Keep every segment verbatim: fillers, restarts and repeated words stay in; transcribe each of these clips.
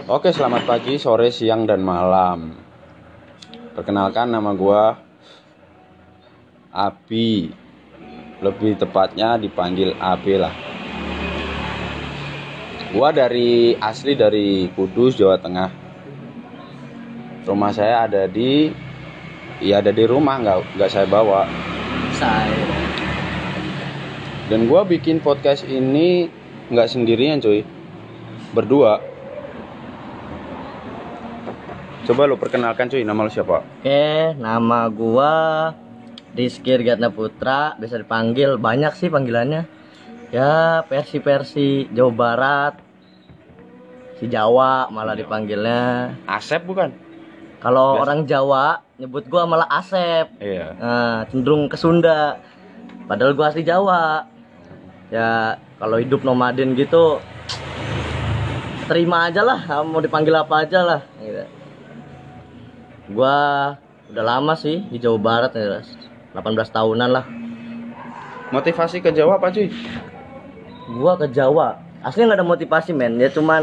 Oke, selamat pagi, sore, siang, dan malam. Perkenalkan, nama gua Abi. Lebih tepatnya dipanggil Abi lah. Gua dari asli dari Kudus, Jawa Tengah. Rumah saya ada di, ya ada di rumah, nggak nggak saya bawa. Saya. Dan gua bikin podcast ini nggak sendirian, cuy. Berdua. Coba lu perkenalkan, cuy, nama lu siapa? Oke, nama gua Rizky Gatna Putra, biasa dipanggil banyak sih panggilannya. Ya, versi-versi Jawa Barat, si Jawa malah dipanggilnya. Asep bukan? Kalau Biasa. orang Jawa nyebut gua malah Asep. Iya. Nah, cenderung ke Sunda. Padahal gua asli Jawa. Ya, kalau hidup nomaden gitu terima aja lah, mau dipanggil apa aja lah gitu. Gua udah lama sih di Jawa Barat ya, delapan belas tahunan lah. Motivasi ke Jawa apa, cuy? Gua ke Jawa aslinya nggak ada motivasi men, ya cuman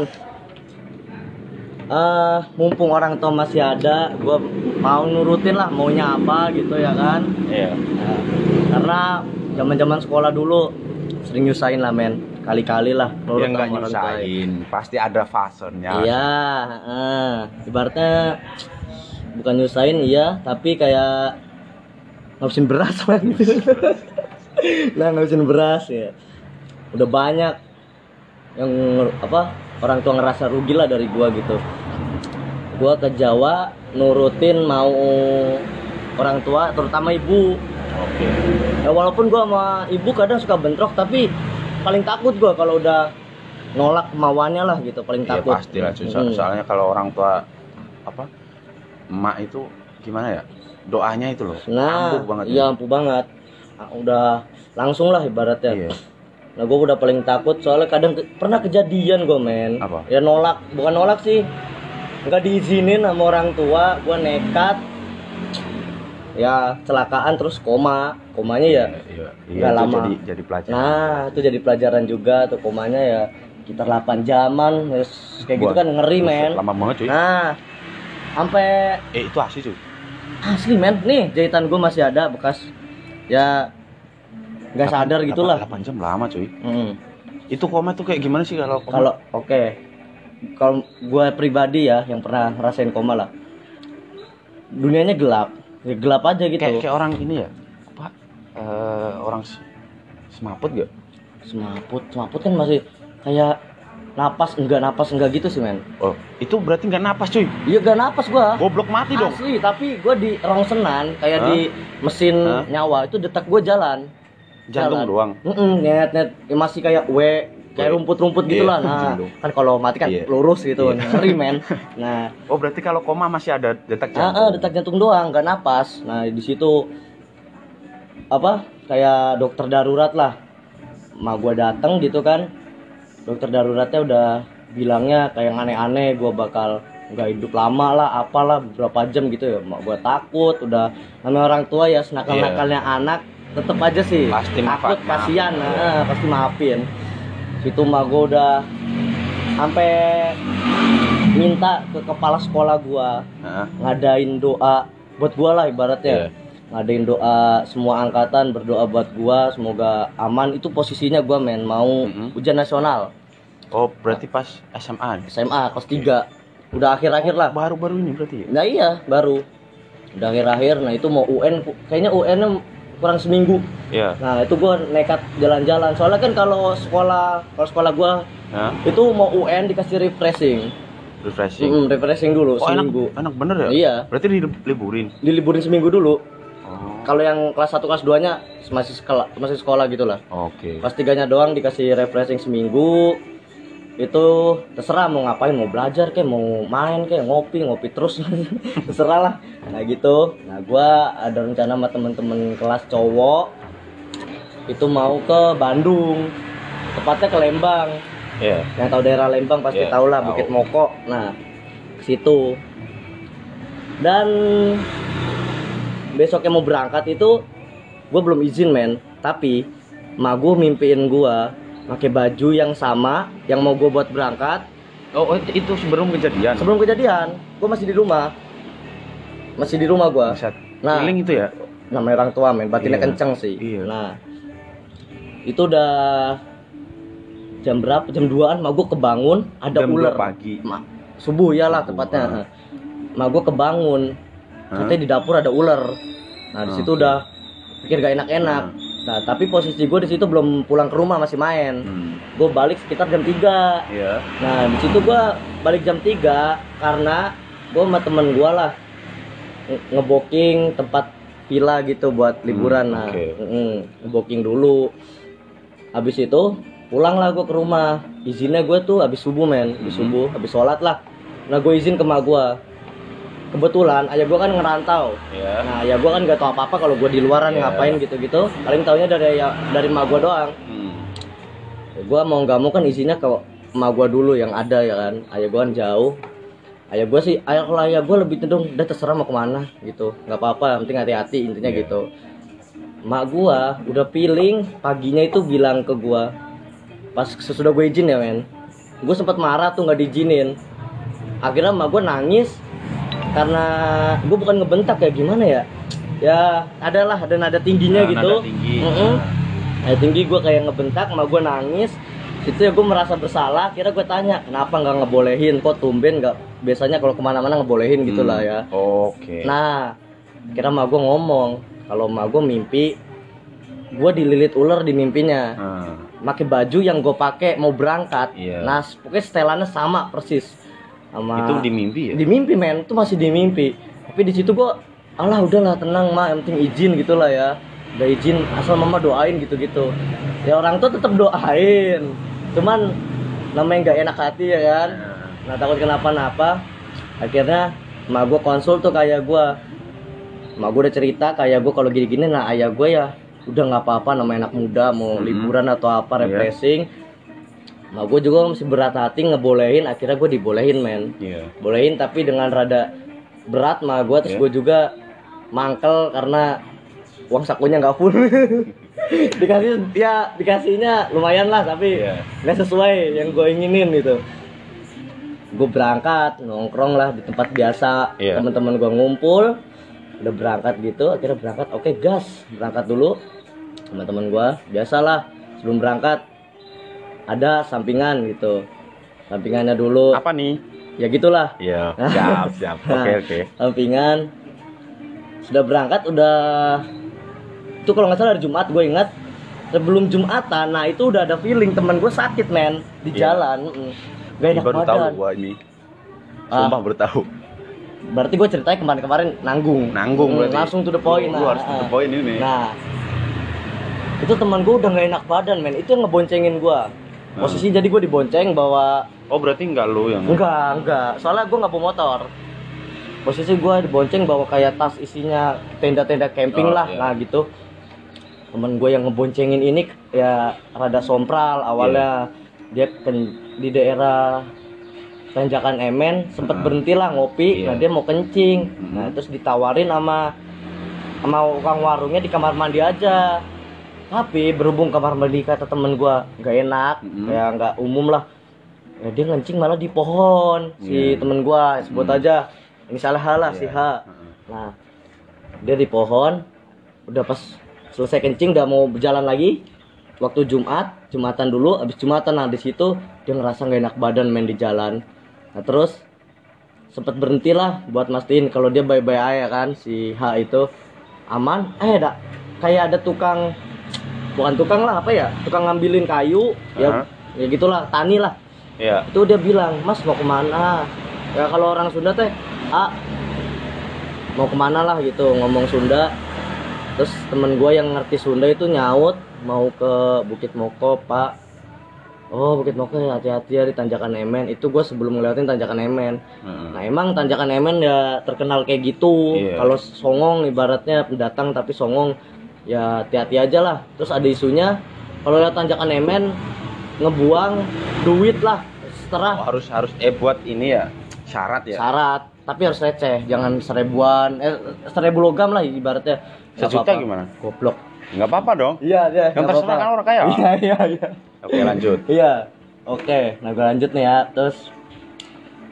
uh, mumpung orang tua masih ada, gua mau nurutin lah maunya apa gitu ya kan. Iya. Nah, karena zaman-zaman sekolah dulu sering nyusahin lah men, kali-kali lah nurut Ya nggak sama orang tua. nyusahin, pasti ada fasenya. Iya, uh, ibaratnya bukan nyusahin iya, tapi kayak ngabisin beras lah gitu. Nah, ngabisin beras ya. Udah banyak yang apa orang tua ngerasa rugi lah dari gua gitu. Gua ke Jawa nurutin mau orang tua, terutama ibu. Oke. Ya walaupun gua sama ibu kadang suka bentrok, tapi paling takut gua kalau udah nolak kemauannya lah gitu, paling Ya takut. pastilah, cuy. So- Hmm. soalnya kalau orang tua apa emak itu gimana ya, doanya itu loh Nah, ampuh banget. iya ampuh banget. Nah, udah langsung lah ibaratnya. Iya. Nah, gue udah paling takut soalnya kadang ke- pernah kejadian gue men. Apa? Ya nolak, bukan nolak sih, nggak diizinin sama orang tua. Gue nekat, ya kecelakaan terus koma. Komanya ya Iya, iya, nggak itu lama. jadi jadi pelajaran. Nah, itu jadi pelajaran juga tuh, komanya ya sekitar delapan jaman. Terus kayak gitu Buat- kan ngeri buset, men. lama banget, cuy. Nah, sampai Eh itu asli, cuy. asli men, nih jahitan gue masih ada bekas. Ya nggak sadar gitulah. delapan jam lama, cuy. Hmm. Itu koma tuh kayak gimana sih kalau koma? Kalau oke, kalau gue pribadi ya yang pernah ngerasain koma lah, dunianya gelap, ya, gelap aja gitu. kayak kayak orang ini ya, apa? Eh, orang s- semaput gak? Semaput, semaput kan masih kayak napas enggak napas enggak gitu sih men. Oh, itu berarti nggak napas, cuy. Iya gak napas gua. Goblok mati dong. Asli, tapi gua di rongsenan kayak Hah? di mesin Hah? nyawa itu detak gua jalan. Jantung Jalan. doang. Mm-mm, net net ya masih kayak W, kayak W. rumput-rumput Iya, gitulah. Nah, jantung. kan kalau mati kan Iya. lurus gitu, Iya. ngeri men. Nah, Oh, berarti kalau koma masih ada detak Ah, jantung. ah, detak jantung doang, nggak napas. Nah di situ apa kayak dokter darurat lah. Ma gua datang gitu kan, dokter daruratnya udah bilangnya kayak aneh-aneh, gua bakal nggak hidup lama lah, apalah beberapa jam gitu ya. Mak gua takut, udah namanya orang tua ya, senakal-nakalnya anak, tetep aja sih Pasti takut, maafin. kasihan, nah, pasti maafin. Situ mak gua udah sampai minta ke kepala sekolah gua Heeh. ngadain doa buat gua lah ibaratnya. Iya. Ngadain doa semua angkatan berdoa buat gua semoga aman. Itu posisinya gua men mau Mm-mm. ujian nasional Oh, berarti pas S M A. S M A kelas tiga. Udah akhir-akhir lah. Baru-baru ini berarti ya? Nah iya baru udah akhir-akhir. Nah itu mau U N, kayaknya U N-nya kurang seminggu. Iya. Nah itu gua nekat jalan-jalan. Soalnya kan kalau sekolah kalau sekolah gua Hah? itu mau U N dikasih refreshing. Refreshing. Mm-mm, refreshing dulu Oh, enak, seminggu. enak bener ya? Iya. Berarti diliburin. Diliburin seminggu dulu. Oh. Kalau yang kelas satu kelas dua nya masih sekolah, masih sekolah gitulah. Oke. Kelas tiga nya doang dikasih refreshing seminggu. Itu terserah mau ngapain, mau belajar kayak mau main kayak ngopi, ngopi terus. Terserah lah. Nah gitu. Nah, gua ada rencana sama temen-temen kelas cowok itu mau ke Bandung. Tepatnya ke Lembang. Iya. Yang tahu daerah Lembang pasti Iya, tahu lah, tahu. Bukit Moko. Nah, ke situ. Dan besoknya mau berangkat itu gue belum izin men, tapi mak gue mimpiin gue pakai baju yang sama yang mau gue buat berangkat, Oh, itu sebelum kejadian. Sebelum kejadian, gue masih di rumah. Masih di rumah gue. Nah, feeling itu ya. Namanya orang tua men, batinnya Iya. kenceng sih. Iya. Nah, itu udah jam berapa? Jam duaan, mak gue kebangun, ada jam ular. pagi. Ma, subuh ya lah Subuh, tepatnya. ah. Mak gue kebangun, katanya di dapur ada ular. Nah di situ Oke. udah pikir gak enak-enak. Nah tapi posisi gue di situ belum pulang ke rumah, masih main. Hmm. Gue balik sekitar jam tiga. Iya. Nah di situ gue balik jam tiga karena gue sama temen gue lah nge- ngeboking tempat villa gitu buat liburan. Nah oke. mm, ngeboking dulu. Habis itu pulang lah gue ke rumah. Izinnya gue tuh habis subuh men, habis subuh, habis sholat lah. Nah gue izin ke mak gue. Kebetulan ayah gue kan ngerantau. Iya. Nah ayah gue kan gak tau apa-apa kalau gue di luaran Iya. ngapain gitu-gitu. Paling taunya dari ya, dari mak gue doang. Hmm. Gue mau nggak mau kan izinnya ke mak gue dulu yang ada ya kan. Ayah gue kan jauh. Ayah gue sih, ayah kalau ayah gue lebih cenderung udah terserah mau kemana gitu. Nggak apa-apa, yang penting hati-hati intinya Iya. gitu. Mak gue udah feeling paginya itu bilang ke gue pas sesudah gue izin ya men. Gue sempat marah tuh nggak diizinin. Akhirnya mak gue nangis karena gue bukan ngebentak ya gimana ya. Ya adalah ada nada tingginya Nah, gitu. nada tinggi. Mm-mm. Nada tinggi gue kayak ngebentak, mak gue nangis. Situ ya gue merasa bersalah. Kira gue tanya kenapa nggak ngebolehin, kok tumben nggak, biasanya kalau kemana-mana ngebolehin gitu lah ya. Oke. Nah kira mak gue ngomong kalau mak gue mimpi gue dililit ular di mimpinya. Ah. Pakai baju yang gue pakai mau berangkat. Iya. Nah pokoknya setelannya sama persis sama Itu di mimpi ya? di mimpi men, itu masih di mimpi. Tapi di situ gue alah udahlah tenang mak, yang penting izin gitulah ya. Udah izin asal mama doain gitu-gitu. Ya orang tuh tetap doain. Cuman namanya nggak enak hati ya kan. Nah takut kenapa-napa. Akhirnya emak gue konsul tuh kayak gue. Emak gue udah cerita kayak gue kalau gini-gini. Nah ayah gue ya udah nggak apa-apa, namanya anak muda mau Mhm. liburan atau apa Iya. refreshing. Emak gue juga masih berat hati ngebolehin. Akhirnya gue dibolehin men. Iya. Bolehin tapi dengan rada berat mah gue. Terus Iya. gue juga mangkel karena uang sakunya nggak full. Dikasih ya dikasihnya lumayan lah tapi Iya. nggak sesuai yang gue inginin gitu. Gue berangkat nongkrong lah di tempat biasa. Iya. Teman-teman gue ngumpul udah berangkat gitu. Akhirnya berangkat, oke gas berangkat dulu. Teman-teman gue biasalah sebelum berangkat ada sampingan gitu. Sampingannya dulu Apa nih? ya gitulah. Iya. Siap, siap. Oke, Nah, oke. sampingan sudah berangkat udah itu kalau nggak salah hari Jumat gue ingat. Sebelum Jumatan, nah itu udah ada feeling teman gue sakit men di Iya. jalan. Mm-mm. Gak enak Baru tahu badan. gua ini. Ah. Sumpah baru tahu. Berarti gue ceritanya kemarin-kemarin nanggung. Nanggung Mm, berarti. langsung to the point. Lu harus to the point ini. Nah itu teman gue udah nggak enak badan men. Itu yang ngeboncengin gue. Posisi jadi gue dibonceng bawa. Oh, berarti enggak lu yang Enggak, enggak. Soalnya gue nggak bawa motor. Posisi gue dibonceng bawa kayak tas isinya tenda-tenda camping Oh, lah, iya. nah gitu. Temen gue yang ngeboncengin ini ya rada sompral awalnya. Dia ken- di daerah Tanjakan Emen sempet Ah. berhenti lah ngopi. Iya. Nah dia mau kencing. Mhm. Nah terus ditawarin sama sama orang warungnya di kamar mandi aja. Tapi berhubung kamar mandi kata temen gue nggak enak, Mhm. kayak nggak umum lah. Ya dia ngencing malah di pohon. Si Iya. temen gue sebut Mhm. aja ini salah hal lah si Iya. H. Nah dia di pohon udah pas selesai kencing udah mau berjalan lagi waktu Jumat Jumatan dulu abis Jumatan. Nah di situ dia ngerasa nggak enak badan main di jalan. Nah terus sempet berhenti lah buat mastiin kalau dia bye-bye aja kan si H itu aman. Eh ada kayak ada tukang, bukan tukang lah apa ya, tukang ngambilin kayu ya, Hah? ya gitulah tani lah. Iya. Itu dia bilang, mas mau kemana? Ya kalau orang Sunda teh ah mau kemana lah gitu ngomong Sunda. Terus temen gue yang ngerti Sunda itu nyaut mau ke Bukit Moko pak. Oh Bukit Moko ya, hati-hati ya di Tanjakan Emen. Itu gue sebelum ngelewatin Tanjakan Emen. Heeh. Nah emang Tanjakan Emen ya terkenal kayak gitu. Iya. Kalau songong ibaratnya pendatang tapi songong ya hati-hati aja lah. Terus ada isunya kalau lihat Tanjakan Emen ngebuang duit lah Oh, setelah harus harus eh buat ini ya syarat ya. syarat, tapi harus receh, jangan seribuan, eh seribu logam lah ibaratnya. Nggak Sejuta apa-apa. gimana? Goblok. Enggak apa-apa dong. Iya, iya. Yang terserah kan orang kaya. Iya, iya, iya. Oke, lanjut. Iya. Oke, nah gue lanjut nih ya. Terus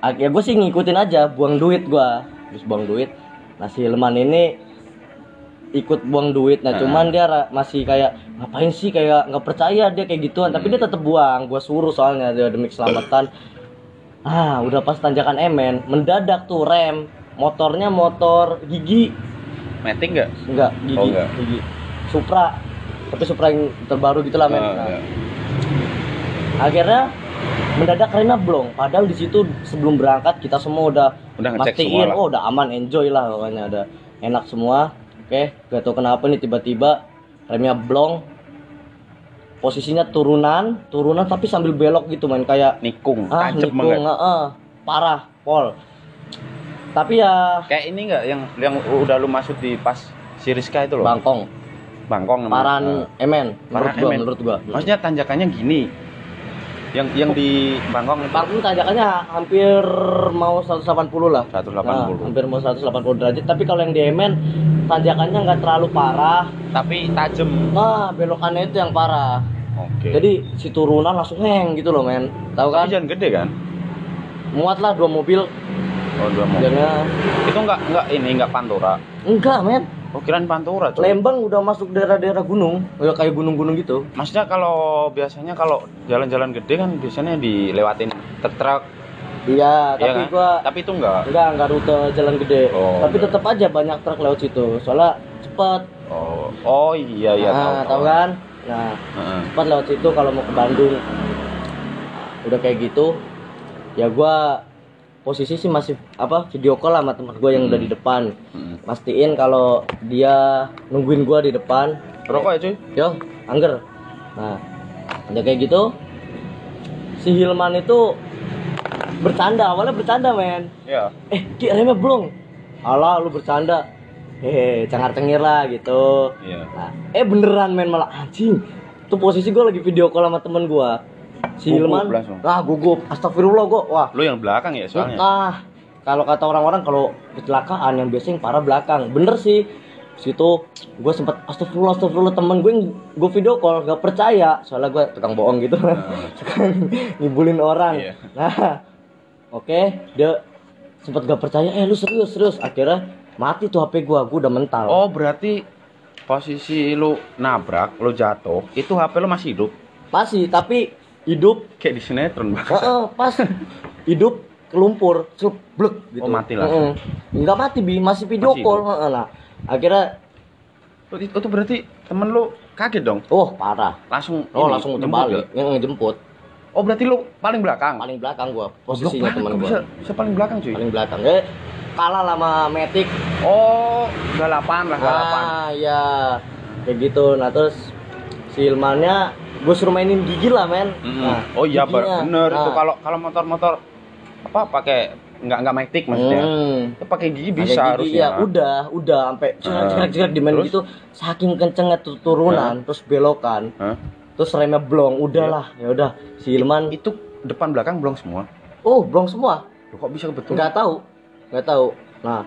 ya gue sih ngikutin aja, buang duit gue, terus buang duit. Nah si Hilman ini ikut buang duit, nah Nah. cuman dia ra- masih kayak ngapain sih, kayak nggak percaya dia kayak gituan, Hmm. tapi dia tetap buang. Gue suruh soalnya dia demi keselamatan. Ah udah pas tanjakan Emen, mendadak tuh rem, motornya motor gigi, Matic nggak? enggak gigi, Oh, enggak. gigi, Supra, tapi Supra yang terbaru gitulah men. Ah, Nah, iya. akhirnya mendadak remnya blong, padahal di situ sebelum berangkat kita semua udah Udah ngecek pastiin, semua lah. oh udah aman, enjoy lah pokoknya, ada enak semua. Oke, gak tau kenapa nih tiba-tiba remnya blong, posisinya turunan turunan tapi sambil belok gitu main kayak Nikung, ah tancep nikung, banget. heeh, parah pol. Tapi ya Kayak ini nggak yang yang udah lu masuk di pas si Rizka itu loh. Bangkong, Bangkong namanya. Paran Nah. Emen, menurut Paran gua, Emen. menurut gua. Maksudnya tanjakannya gini. Yang yang di Bangkong itu Bangkong tanjakannya hampir mau seratus delapan puluh lah. seratus delapan puluh. Nah, hampir mau seratus delapan puluh derajat. Tapi kalau yang di Emen tanjakannya nggak terlalu parah. Tapi tajem. Nah, belokannya itu yang parah. Oke. Jadi si turunan langsung heng gitu loh, men. Tahu kan? Tapi jangan gede kan? Muat lah dua mobil. Oh, dua mau. Jangan. Itu enggak enggak ini enggak Pantura. Enggak, men. Oh, kirain Pantura, coy. Lembang udah masuk daerah-daerah gunung, udah kayak gunung-gunung gitu. Maksudnya kalau biasanya kalau jalan-jalan gede kan biasanya dilewatin truk-truk. Iya, Iya tapi kan? gua Tapi itu enggak. enggak enggak rute jalan gede. Oh, tapi enggak. tetap aja banyak truk lewat situ. Soalnya cepet. Oh, oh iya iya nah, tahu. tahu kan? Nah, Heeh. cepat lewat situ kalau mau ke Bandung. Udah kayak gitu, ya gua posisi sih masih apa video call sama teman gua yang udah di depan. Hmm. Pastiin kalau dia nungguin gua di depan. Rokok ya, cuy? Yo, angger. Nah, udah kayak gitu, si Hilman itu bercanda, awalnya bercanda men. Iya. Eh, Ki remnya belum. Alah, lu bercanda. Hehe, cengar-cengir lah gitu. Iya. Nah, eh beneran men, malah anjing. Tuh posisi gue lagi video call sama temen gue. Si Gugup Hilman, langsung. ah gugup. Astagfirullah gue, wah. Lu yang belakang ya soalnya. Ah, kalau kata orang-orang kalau kecelakaan yang biasanya yang parah belakang. Bener sih. Situ gue sempet astagfirullah astagfirullah, temen gue gue video call gak percaya soalnya gue tukang bohong gitu. Suka ngibulin orang. Iya. Nah, oke, dia sempet gak percaya. Eh lu serius serius. Akhirnya mati tuh H P gue. Gue udah mental. Oh, berarti posisi lu nabrak, lu jatuh, itu H P lu masih hidup. Masih, tapi hidup. Kayak di sinetron banget. Heeh, pas hidup ke lumpur, celup, blek gitu. Oh, mati langsung. Heeh. Enggak mati bi, masih video Masih call. hidup. Heeh, nah. Akhirnya Oh, itu itu berarti temen lu kaget dong. oh parah. Langsung Oh, ini, langsung jemput terbalik, nggak? yang ngejemput. Oh, berarti lu paling belakang. Paling belakang gua, Goblok posisinya banget, teman kok gua. Bisa, bisa paling belakang, cuy. Paling belakang. Eh, kalah sama Matic. Oh, galapan lah, galapan. Ah, ya. Kayak gitu. Nah, terus si Ilmannya gue suruh mainin gigi lah, men. Mm. Nah, Oh iya, giginya. bener itu Nah. kalau kalau motor-motor apa pakai nggak nggak Matic maksudnya. Hmm. Itu pakai gigi Pakai bisa gigi, harusnya. ya udah udah sampai cerak-cerak di main Terus? gitu, saking kencengnya tuh turunan terus belokan, Hah? terus remnya blong, udahlah ya udah si Hilman Itu depan belakang belum semua. oh blong semua, Loh, kok bisa betul? nggak tahu nggak tahu. Nah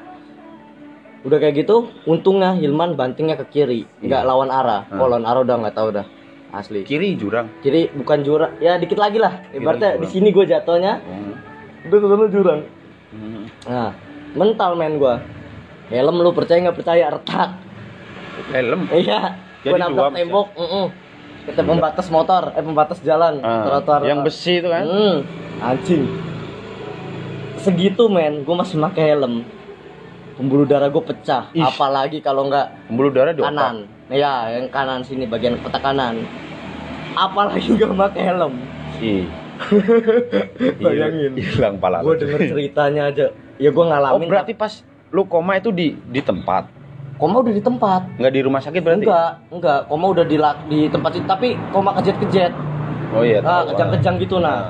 udah kayak gitu, untungnya Hilman bantingnya ke kiri, nggak Iya. lawan arah. Hmm. Oh lawan arah udah nggak tahu dah asli. Kiri jurang. Kiri bukan jurang, ya dikit lagi lah. Ibaratnya jurang. di sini gue jatuhnya, Hmm. udah ke sana jurang. Hmm. Nah mental men gue. Helm lu percaya nggak percaya retak. Helm. Iya, Jadi gue nabrak dua bisa. tembok, mm kita pembatas motor, eh pembatas jalan, Ah, trotoar. yang besi itu kan. Hmm, anjing. Segitu men, gue masih pakai helm. Pembuluh darah gue pecah, Ih. apalagi kalau nggak Pembuluh darah di otak. kanan. Iya, yang kanan sini bagian otak kanan. Apalagi nggak pakai helm. Ih. Bayangin. Hilang pala. Gue denger ceritanya aja, ya gue Oh, ngalamin. berarti pas lu koma itu di di tempat, koma udah di tempat. nggak di rumah sakit berarti? Enggak, enggak, koma udah di di tempat itu, tapi koma kejet-kejet. Oh iya. Nah, tahu. kejang-kejang gitu nah.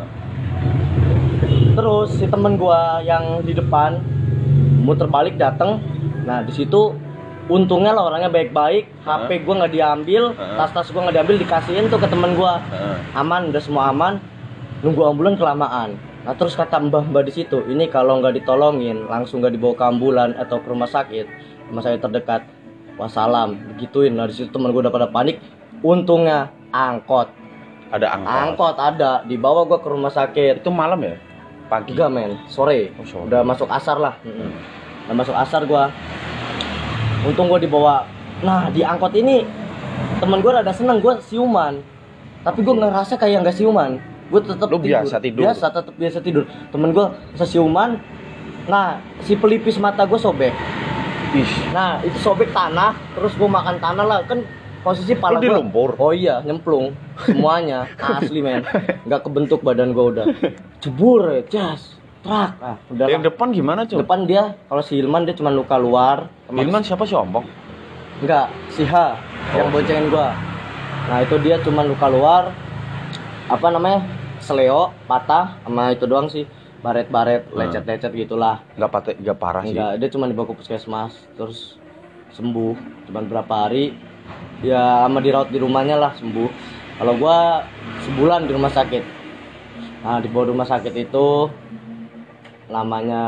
Terus si temen gua yang di depan muter balik dateng. Nah di situ untungnya lah orangnya baik-baik, H P gua nggak diambil, Heeh. tas-tas gua nggak diambil, dikasihin tuh ke temen gua. Heeh. Aman, udah semua aman. Nunggu ambulan kelamaan. Nah terus kata mbah-mbah di situ, ini kalau nggak ditolongin, langsung nggak dibawa ke ambulan atau ke rumah sakit, rumah sakit terdekat, wassalam, begituin. Nah di situ temen gua udah pada panik. Untungnya angkot, Ada angkot. angkot ada, dibawa gua ke rumah sakit. Itu malam ya? Pagi. Enggak men, sore. Oh, sore. Udah masuk asar lah. Hmm. Udah masuk asar gua. Untung gua dibawa. Nah di angkot ini temen gua rada seneng, gua siuman. Tapi gua ngerasa kayak nggak siuman. Gua tetap Lu tidur. biasa tidur. Biasa tetap biasa tidur. Temen gua bisa siuman. Nah si pelipis mata gua sobek. Ih. Nah itu sobek tanah. Terus gua makan tanah lah kan. Posisi pala Lu di gua lumpur? Oh iya, nyemplung semuanya. Asli men. Enggak kebentuk badan gua udah. Jebur, ya, jas. Trak. Ah, udah. Yang depan gimana, Cok? Depan dia kalau si Hilman dia cuma luka luar. Hilman siapa sih, Ompong? Enggak, si H yang boncengin gua. Nah, itu dia cuma luka luar. Apa namanya? Seleo patah sama itu doang sih. Baret-baret, Hmm. lecet-lecet gitulah. Enggak patah, enggak parah sih. Enggak, dia cuma dibawa ke puskesmas terus sembuh. Cuma berapa hari ya sama dirawat di rumahnya lah sembuh. Kalau gua sebulan di rumah sakit. Nah, di bawah rumah sakit itu namanya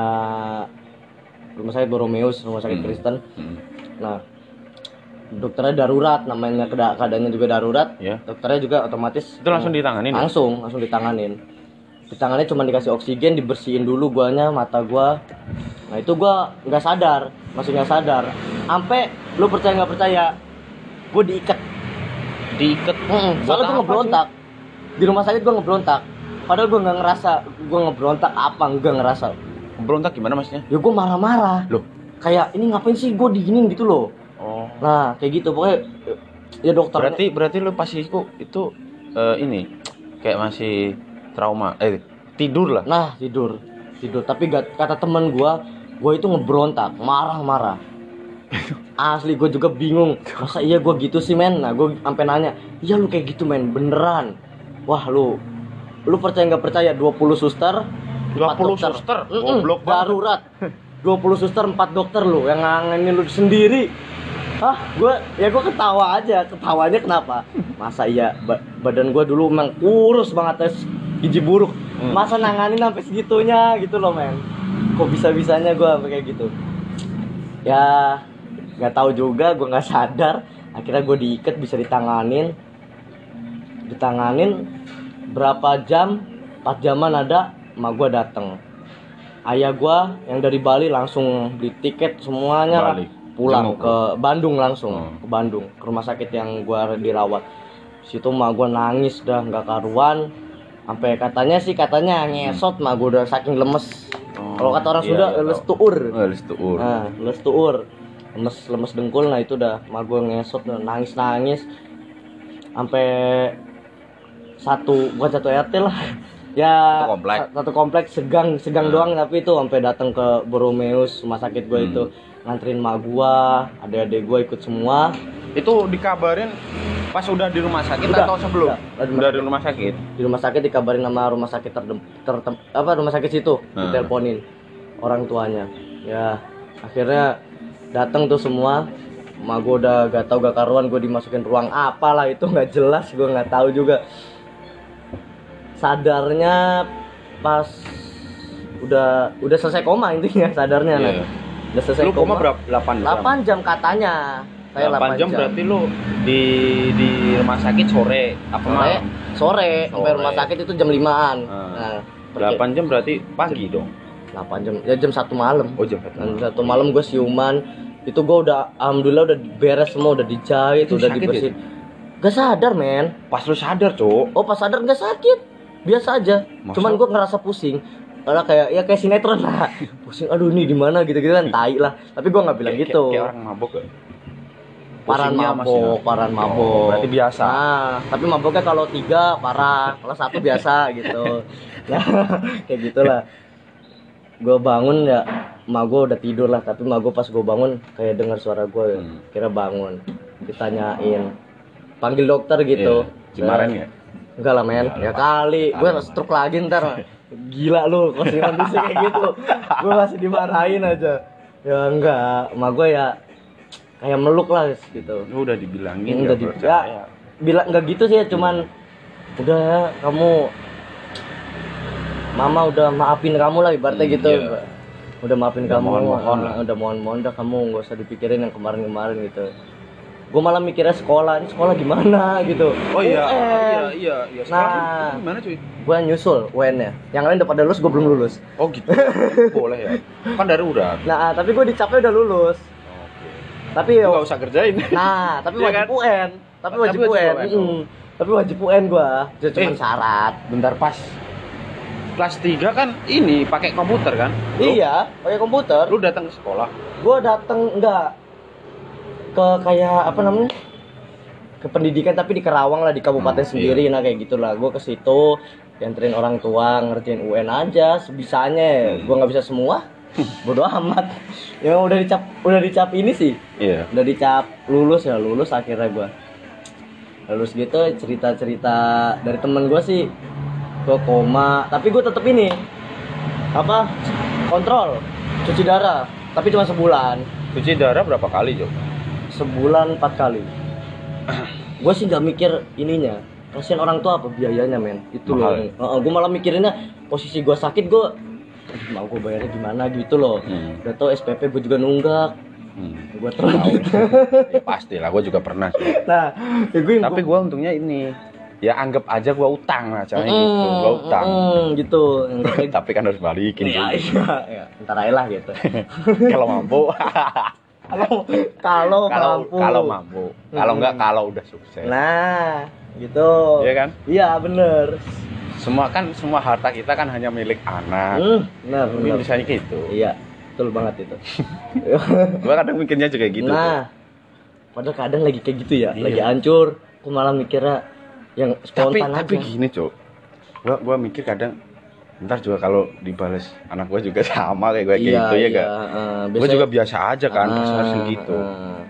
rumah sakit Boromeus, rumah sakit Hmm. Kristen. Hmm. Nah, dokternya darurat, namanya keada- keadaannya juga darurat. Ya. Dokternya juga otomatis Itu langsung ditanganin ya? Langsung, langsung ditanganin. Ditanganin cuma dikasih oksigen, dibersihin dulu guanya, mata gua. Nah, itu gua nggak sadar, masih nggak sadar. Sampai lu percaya nggak percaya, gua diikat. Diikat. Mm-mm, soalnya gua ngeberontak. Di rumah sakit gua ngeberontak. Padahal gua nggak ngerasa gua ngeberontak apa, enggak ngerasa. Berontak gimana maksudnya? Ya gua marah-marah. Loh. Kayak ini ngapain sih gua diginin gitu loh. Oh. Nah, kayak gitu pokoknya ya dokter. Berarti berarti lu pas itu itu eh, ini kayak masih trauma eh tidur lah. Nah, tidur. Tidur, tapi gak, kata temen gua, gua itu ngeberontak, marah-marah. Asli gua juga bingung. Masa iya gua gitu sih, men? Nah, gua sampai nanya, "Iya lu kayak gitu, men? Beneran?" Wah, lu lu percaya nggak percaya dua puluh suster, dua empat puluh dokter. suster? Mm-mm, Goblok banget. darurat. dua puluh suster, empat dokter lu yang ngangenin lu sendiri. Hah, gua ya gua ketawa aja. Ketawanya kenapa? Masa iya ba- badan gua dulu emang kurus banget, tes gizi buruk. Hmm. Masa nanganin sampai segitunya gitu loh, men. Kok bisa-bisanya gua sampai kayak gitu? Ya, nggak tahu juga, gua nggak sadar. Akhirnya gua diikat, bisa ditanganin. Ditanganin berapa jam? empat jaman ada, emak gua dateng. Ayah gua yang dari Bali langsung beli tiket semuanya lah. Balik. Pulang Jenguk. ke Bandung langsung, Hmm. ke Bandung, ke rumah sakit yang gua dirawat. Situ mah gua nangis dah nggak karuan. Sampai katanya sih katanya ngesot mah gua udah saking lemes. Oh, Kalau kata orang iya, Sunda iya, lemes tahu. tuur. Oh, lemes tuur. Nah, lemes tuur. Lemes lemes dengkul, nah itu dah mah gua ngesot dah, nangis-nangis. Sampai satu bukan satu R T lah. Ya Satu komplek. sa- satu komplek segang segang Hmm. doang, tapi itu sampai datang ke Boromeus rumah sakit gua Hmm. itu. Nganterin mak gua, adik-adik gua ikut semua. Itu dikabarin pas udah di rumah sakit Udah, atau sebelum? udah, udah di Udah di rumah sakit. Di rumah sakit dikabarin sama rumah sakit terdem, tertem- apa rumah sakit situ, Hmm. diteleponin orang tuanya. Ya, akhirnya datang tuh semua. Mak gua udah gak tahu gak karuan, gua dimasukin ruang apalah itu nggak jelas, gua nggak tahu juga. Sadarnya pas udah udah selesai koma intinya sadarnya. Iya. Nah. Udah selesai Lu koma berapa? delapan jam. delapan jam katanya. Kayak delapan jam berarti lu di di rumah sakit sore apa sore, malam? sore, sampai Sore. rumah sakit itu jam limaan. Hmm. Nah, delapan jam berarti pagi dong. delapan jam. Ya jam satu malam. Oh, jam satu. Jam satu malam gue siuman. Itu gue udah alhamdulillah udah beres semua, udah dijahit, Itu udah sakit dibersihin. Gak sadar, men. Pas lu sadar, Cuk. Oh, pas sadar gak sakit. Biasa aja. Masa? Cuman gue ngerasa pusing. Karena kayak ya kayak sinetron lah. Pusing, aduh ini di mana gitu-gitu kan tai lah. Tapi gue nggak bilang Kayak- gitu. Kayak, kayak orang mabok ya. Paran Pusingnya mabok, masih- paran Oh, mabok. berarti biasa. Nah, tapi maboknya kalau tiga parah, kalau satu biasa gitu. Nah, kayak gitulah. Gue bangun ya, emak gue udah tidur lah. Tapi emak gue pas gue bangun kayak dengar suara gue, Hmm. kira bangun. Ditanyain, panggil dokter gitu. Iya. Cimaren ya? Enggak lah men, ya kali. Gue stroke lagi ntar. Gila lu, kondisi kondisi kayak gitu. Gue masih dimarahin aja. Ya enggak, emak gue ya kayak meluk lah gitu. Lu udah dibilangin Udah nggak di, percaya. ya, bilang nggak gitu sih, cuman udah ya, kamu mama udah maafin kamu lah ibaratnya Hmm, gitu. iya. Udah maafin Udah kamu, mohon-mohon lah. ah, udah mohon-mohon dah, kamu nggak usah dipikirin yang kemarin-kemarin gitu. Gue malah mikirnya sekolah, ini sekolah gimana gitu. Oh iya, U N. iya, iya, iya. Sekolah Nah, gimana cuy? Gue nyusul U N-nya. Yang lain udah pada lulus, gue belum lulus. Oh gitu. Boleh ya. Kan darurat. Nah, tapi gue dicapnya udah lulus. Oke. Tapi Lu nggak usah kerjain. nah, tapi Iya wajib kan? U N. Tapi Tapi wajib wajib U N. U N, Mm. Tapi wajib U N gue. Itu cuma Eh. syarat. Bentar pas. Kelas tiga kan ini pakai komputer kan? Lu, Iya, pakai komputer. lu datang ke sekolah. Gue dateng enggak ke kayak apa namanya? Ke pendidikan tapi di Kerawang lah, di kabupaten Hmm, sendiri. Nah kayak gitulah. Gue ke situ dianterin orang tua, ngerjain U N aja sebisanya. Hmm. Gue nggak bisa semua. Bodoh amat. Ya udah dicap udah dicap ini sih. Iya. Udah dicap lulus ya lulus akhirnya gue. Lulus gitu cerita-cerita dari temen gue sih ke koma, tapi gue tetep ini apa kontrol cuci darah tapi cuma sebulan. Cuci darah berapa kali, Jo? Sebulan empat kali. Gue sih nggak mikir ininya, kasihan orang tua apa biayanya men itu Mahal. loh. Uh, gue malah mikirinnya posisi gue sakit, gue mau gue bayarnya gimana gitu loh. Hmm. Udah tau S P P gue juga nunggak, Hmm. gue terlalu Tahu. gitu. Ya pasti lah, gue juga pernah sih. Nah ya gue Tapi gue untungnya ini, ya anggap aja gue utang lah, caranya gitu, gue utang. gitu. Yang penting- Tapi kan harus balikin. Iya, dulu. iya, iya. Ntar aja lah gitu. Kalau mampu. Kalau kalau Kalau mampu. kalau mampu. Kalau enggak, Hmm. kalau udah sukses. Nah, gitu. Iya kan? Iya, bener. Semua kan semua harta kita kan hanya milik anak. Hmm, bener, Mungkin bener. misalnya gitu. Iya, betul banget itu. Gue kadang mikirnya juga gitu. Nah, padahal kadang lagi kayak gitu ya, Iya. lagi hancur. Aku malah mikirnya yang tapi spontan tapi aja. gini, Cok. Gua gua mikir kadang ntar juga kalau dibales anak gua juga sama kayak gue kayak gitu ya gak? uh, Gue juga biasa aja kan, Ah, harusnya gitu. ah.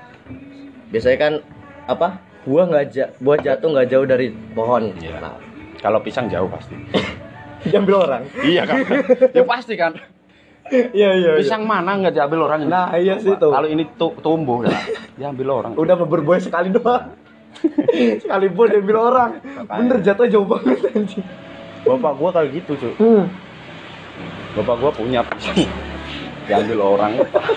Biasanya kan apa? Buah nggak ja, buah jatuh nggak jauh dari pohon. Iya. Nah, Kalau pisang jauh pasti. diambil orang. Iya kan? Ya pasti kan. Iya iya. Pisang mana nggak diambil orang ini? Nah, iya sih tuh. Kalau ini tu- tumbuh ya, diambil orang. Udah berbuah sekali doang. Sekali buah diambil orang. Bener jatuh jauh banget anjing. Bapak gua kayak gitu, Cuk. Hmm. Bapak gua punya pisang. Diambil orang.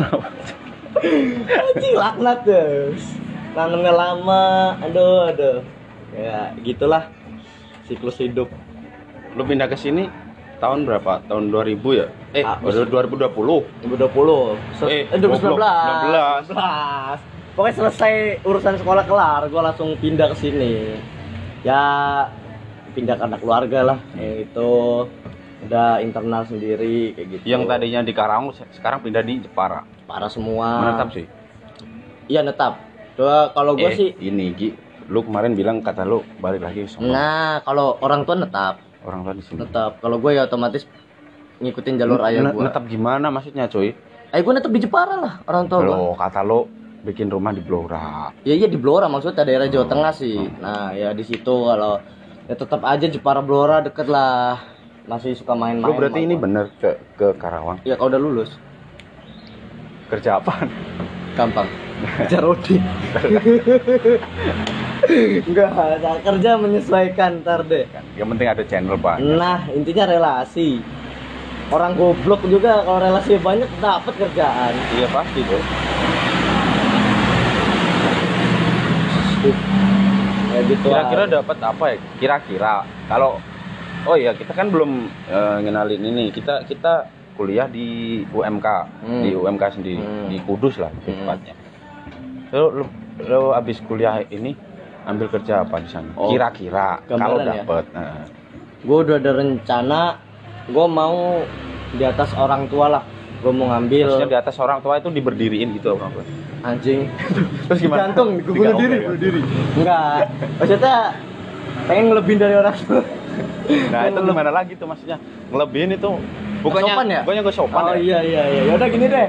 Anjing laknat ya. Tanamnya lama. Aduh aduh. Ya gitulah siklus hidup. Lu pindah ke sini tahun berapa? Tahun dua ribu ya? Eh, Ah, dua ribu dua puluh. dua ribu dua puluh. Eh, eh, dua ribu sembilan belas. sembilan belas. sembilan belas. Pokoknya selesai urusan sekolah kelar, gue langsung pindah ke sini. Ya pindah karena keluarga lah. Yang itu udah internal sendiri kayak gitu. Yang tadinya di Karawang sekarang pindah di Jepara. parah semua. Menetap sih. Iya netap. Coba kalau gue Eh, sih. ini Gi, lu kemarin bilang kata lu balik lagi sama Nah kalau orang tua netap, orang tua di sini. netap. Kalau gue ya otomatis ngikutin jalur ayah Ne- gue. Netap gimana maksudnya, coy? Eh gue netap di Jepara lah orang tua gue. Lo kata lu bikin rumah di Blora. Ya iya di Blora maksudnya daerah Jawa Oh. Tengah sih. Nah ya di situ kalau ya tetap aja Jepara Blora deket lah. Masih suka main-main. Lu berarti sama ini gua. bener ke ke Karawang. Ya kalau udah lulus Kerja apaan? gampang. Kerja rodi. Enggak, nah, kerja menyesuaikan ntar deh. Yang penting ada channel, Pak. Nah intinya relasi. Orang goblok juga kalau relasi banyak dapat kerjaan. Iya pasti, tuh. Ya gitu. Kira-kira aja. dapat apa ya? Kira-kira kalau oh iya, kita kan belum eh, ngenalin ini. Kita kita kuliah di U M K, Hmm. di U M K sendiri, Hmm. di Kudus lah Hmm. tepatnya. Lo, lo, lo abis kuliah ini ambil kerja apa di sana? Oh, Kira-kira kalau gambaran ya? dapat. Nah, Gue udah ada rencana, gue mau di atas orang tua lah. Gue mau ngambil maksudnya di atas orang tua itu diberdiriin gitu apa? anjing. Terus gimana? Gantung, gue bunuh Digantung diri, ya? bunuh diri. Enggak, maksudnya pengen ngelebihin dari orang tua. Nah itu gimana lagi tuh maksudnya? Ngelebihin itu bukannya Sopan ya? bukannya gue sopan Oh ya? iya iya iya. Ya udah gini deh.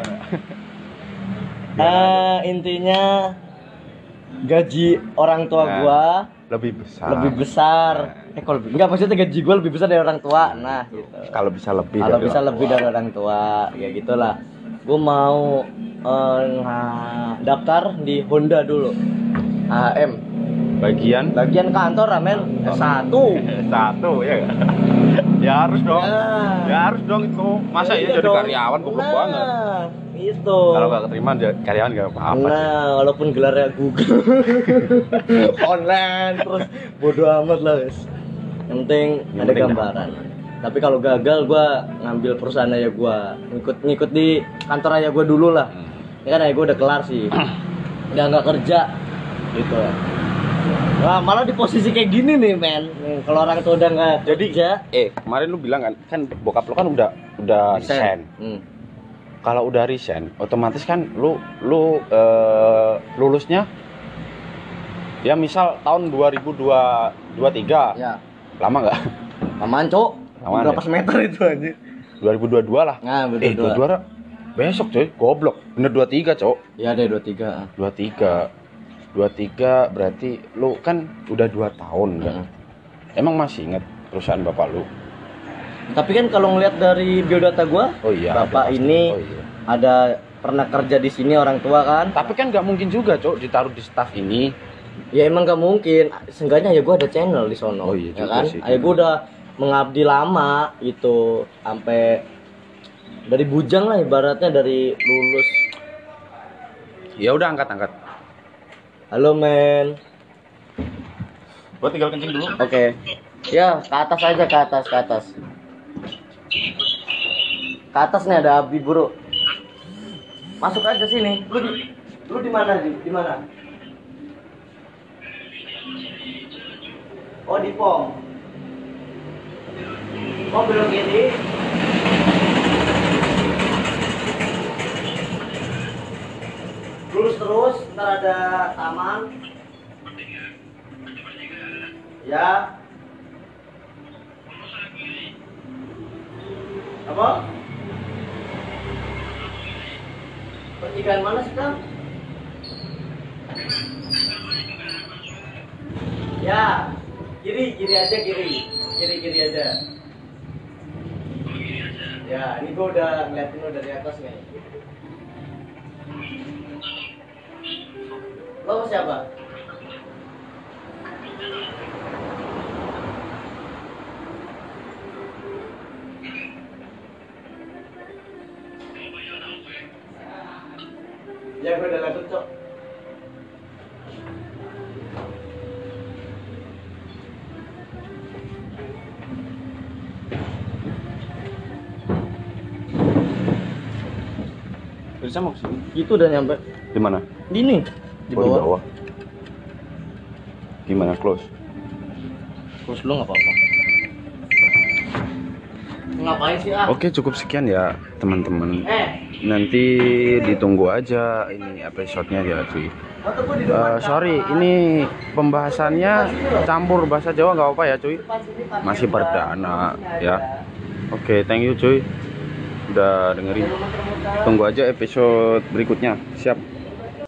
Eh intinya gaji orang tua Nah, gua lebih besar. lebih besar. Eh kalau lebih- enggak maksudnya gaji gua lebih besar dari orang tua. Nah, gitu. Kalau bisa lebih. Kalau dari bisa orang lebih tua. dari orang tua, ya gitulah. Gua mau eh, nah, daftar di Honda dulu. A M. Bagian Bagian kantor, Ramen. S satu. satu ya. Nggak? Ya harus dong. Ya. Ya harus dong itu. Masa iya jadi dong. karyawan goblok Nah, banget. Itu. Kalau nggak keterima jadi karyawan nggak apa-apa. Nah, sih. walaupun gelarnya Google online terus bodo amat lah, guys. Yang penting Yang ada penting gambaran. Tapi kalau gagal gua ngambil perusahaan ayah gua, ngikut ngikut di kantor ayah gua dulu lah. Hmm. Ya kan ayah gua udah kelar sih. Udah nggak kerja gitu. Wah, malah di posisi kayak gini nih, men. Nih, kalau orang tuh udah nggak Jadi kerja, eh kemarin lu bilang kan kan bokap lu kan udah udah resign. Hmm. Kalau udah resign, otomatis kan lu lu eh, lulusnya ya misal tahun dua ribu dua puluh tiga. Ya, Lama nggak? lamaan, Cok. Lamaan, Berapa ya? semester itu anjir? dua ribu dua puluh dua lah. Nah, Eh, berdua. dua puluh dua besok coy, goblok. Bener dua puluh tiga, Cok. Iya, ada dua puluh tiga. dua puluh tiga. dua puluh tiga berarti lu kan udah dua tahun kan. Hmm. Emang masih inget perusahaan bapak lu? Tapi kan kalau ngeliat dari biodata gua, Oh iya. bapak ada pasti. ini Oh iya. ada pernah kerja di sini orang tua kan? Tapi kan nggak mungkin juga, Cok, ditaruh di staff ini. Ya emang gak mungkin. Seenggaknya ya gua ada channel di sono. Oh iya ya juga kan? sih. Ya gua udah mengabdi lama itu sampai dari bujang lah ibaratnya dari lulus. Ya udah angkat angkat. Halo men. Gua tinggal kencing dulu. Oke. Ya, ke atas aja, ke atas, ke atas. Ke atas nih ada Abi, Bro. Masuk aja sini. Lu di lu di mana, di? Di mana? Oh, di pom. Oh, belok kiri. Lurus terus, ntar ada taman. Ya. Apa? Pertigaan mana sih, Kang? Ya, kiri, kiri aja, kiri. Kiri, kiri aja. Ya, ini gua udah ngeliatin lo dari atas nih. Lo siapa? Ya, gue udah lanjut, Cok. Bisa mau kesini. Itu udah nyampe. Di mana? Di ini. Di Oh, di bawah. bawah. Gimana close? Terus lu nggak apa-apa. Ngapain sih, ah? Oke, cukup sekian ya deman-teman. Eh, Nanti ditunggu aja ini episodenya ya cuy. waktu gua di Eh, depan sorry, kamar. ini pembahasannya campur bahasa Jawa nggak apa-apa ya cuy. Depan sini parkir Masih gua. perdana Sini ya. aja. Oke, thank you cuy. Udah dengerin. Muter-muter. Tunggu aja episode berikutnya. Siap.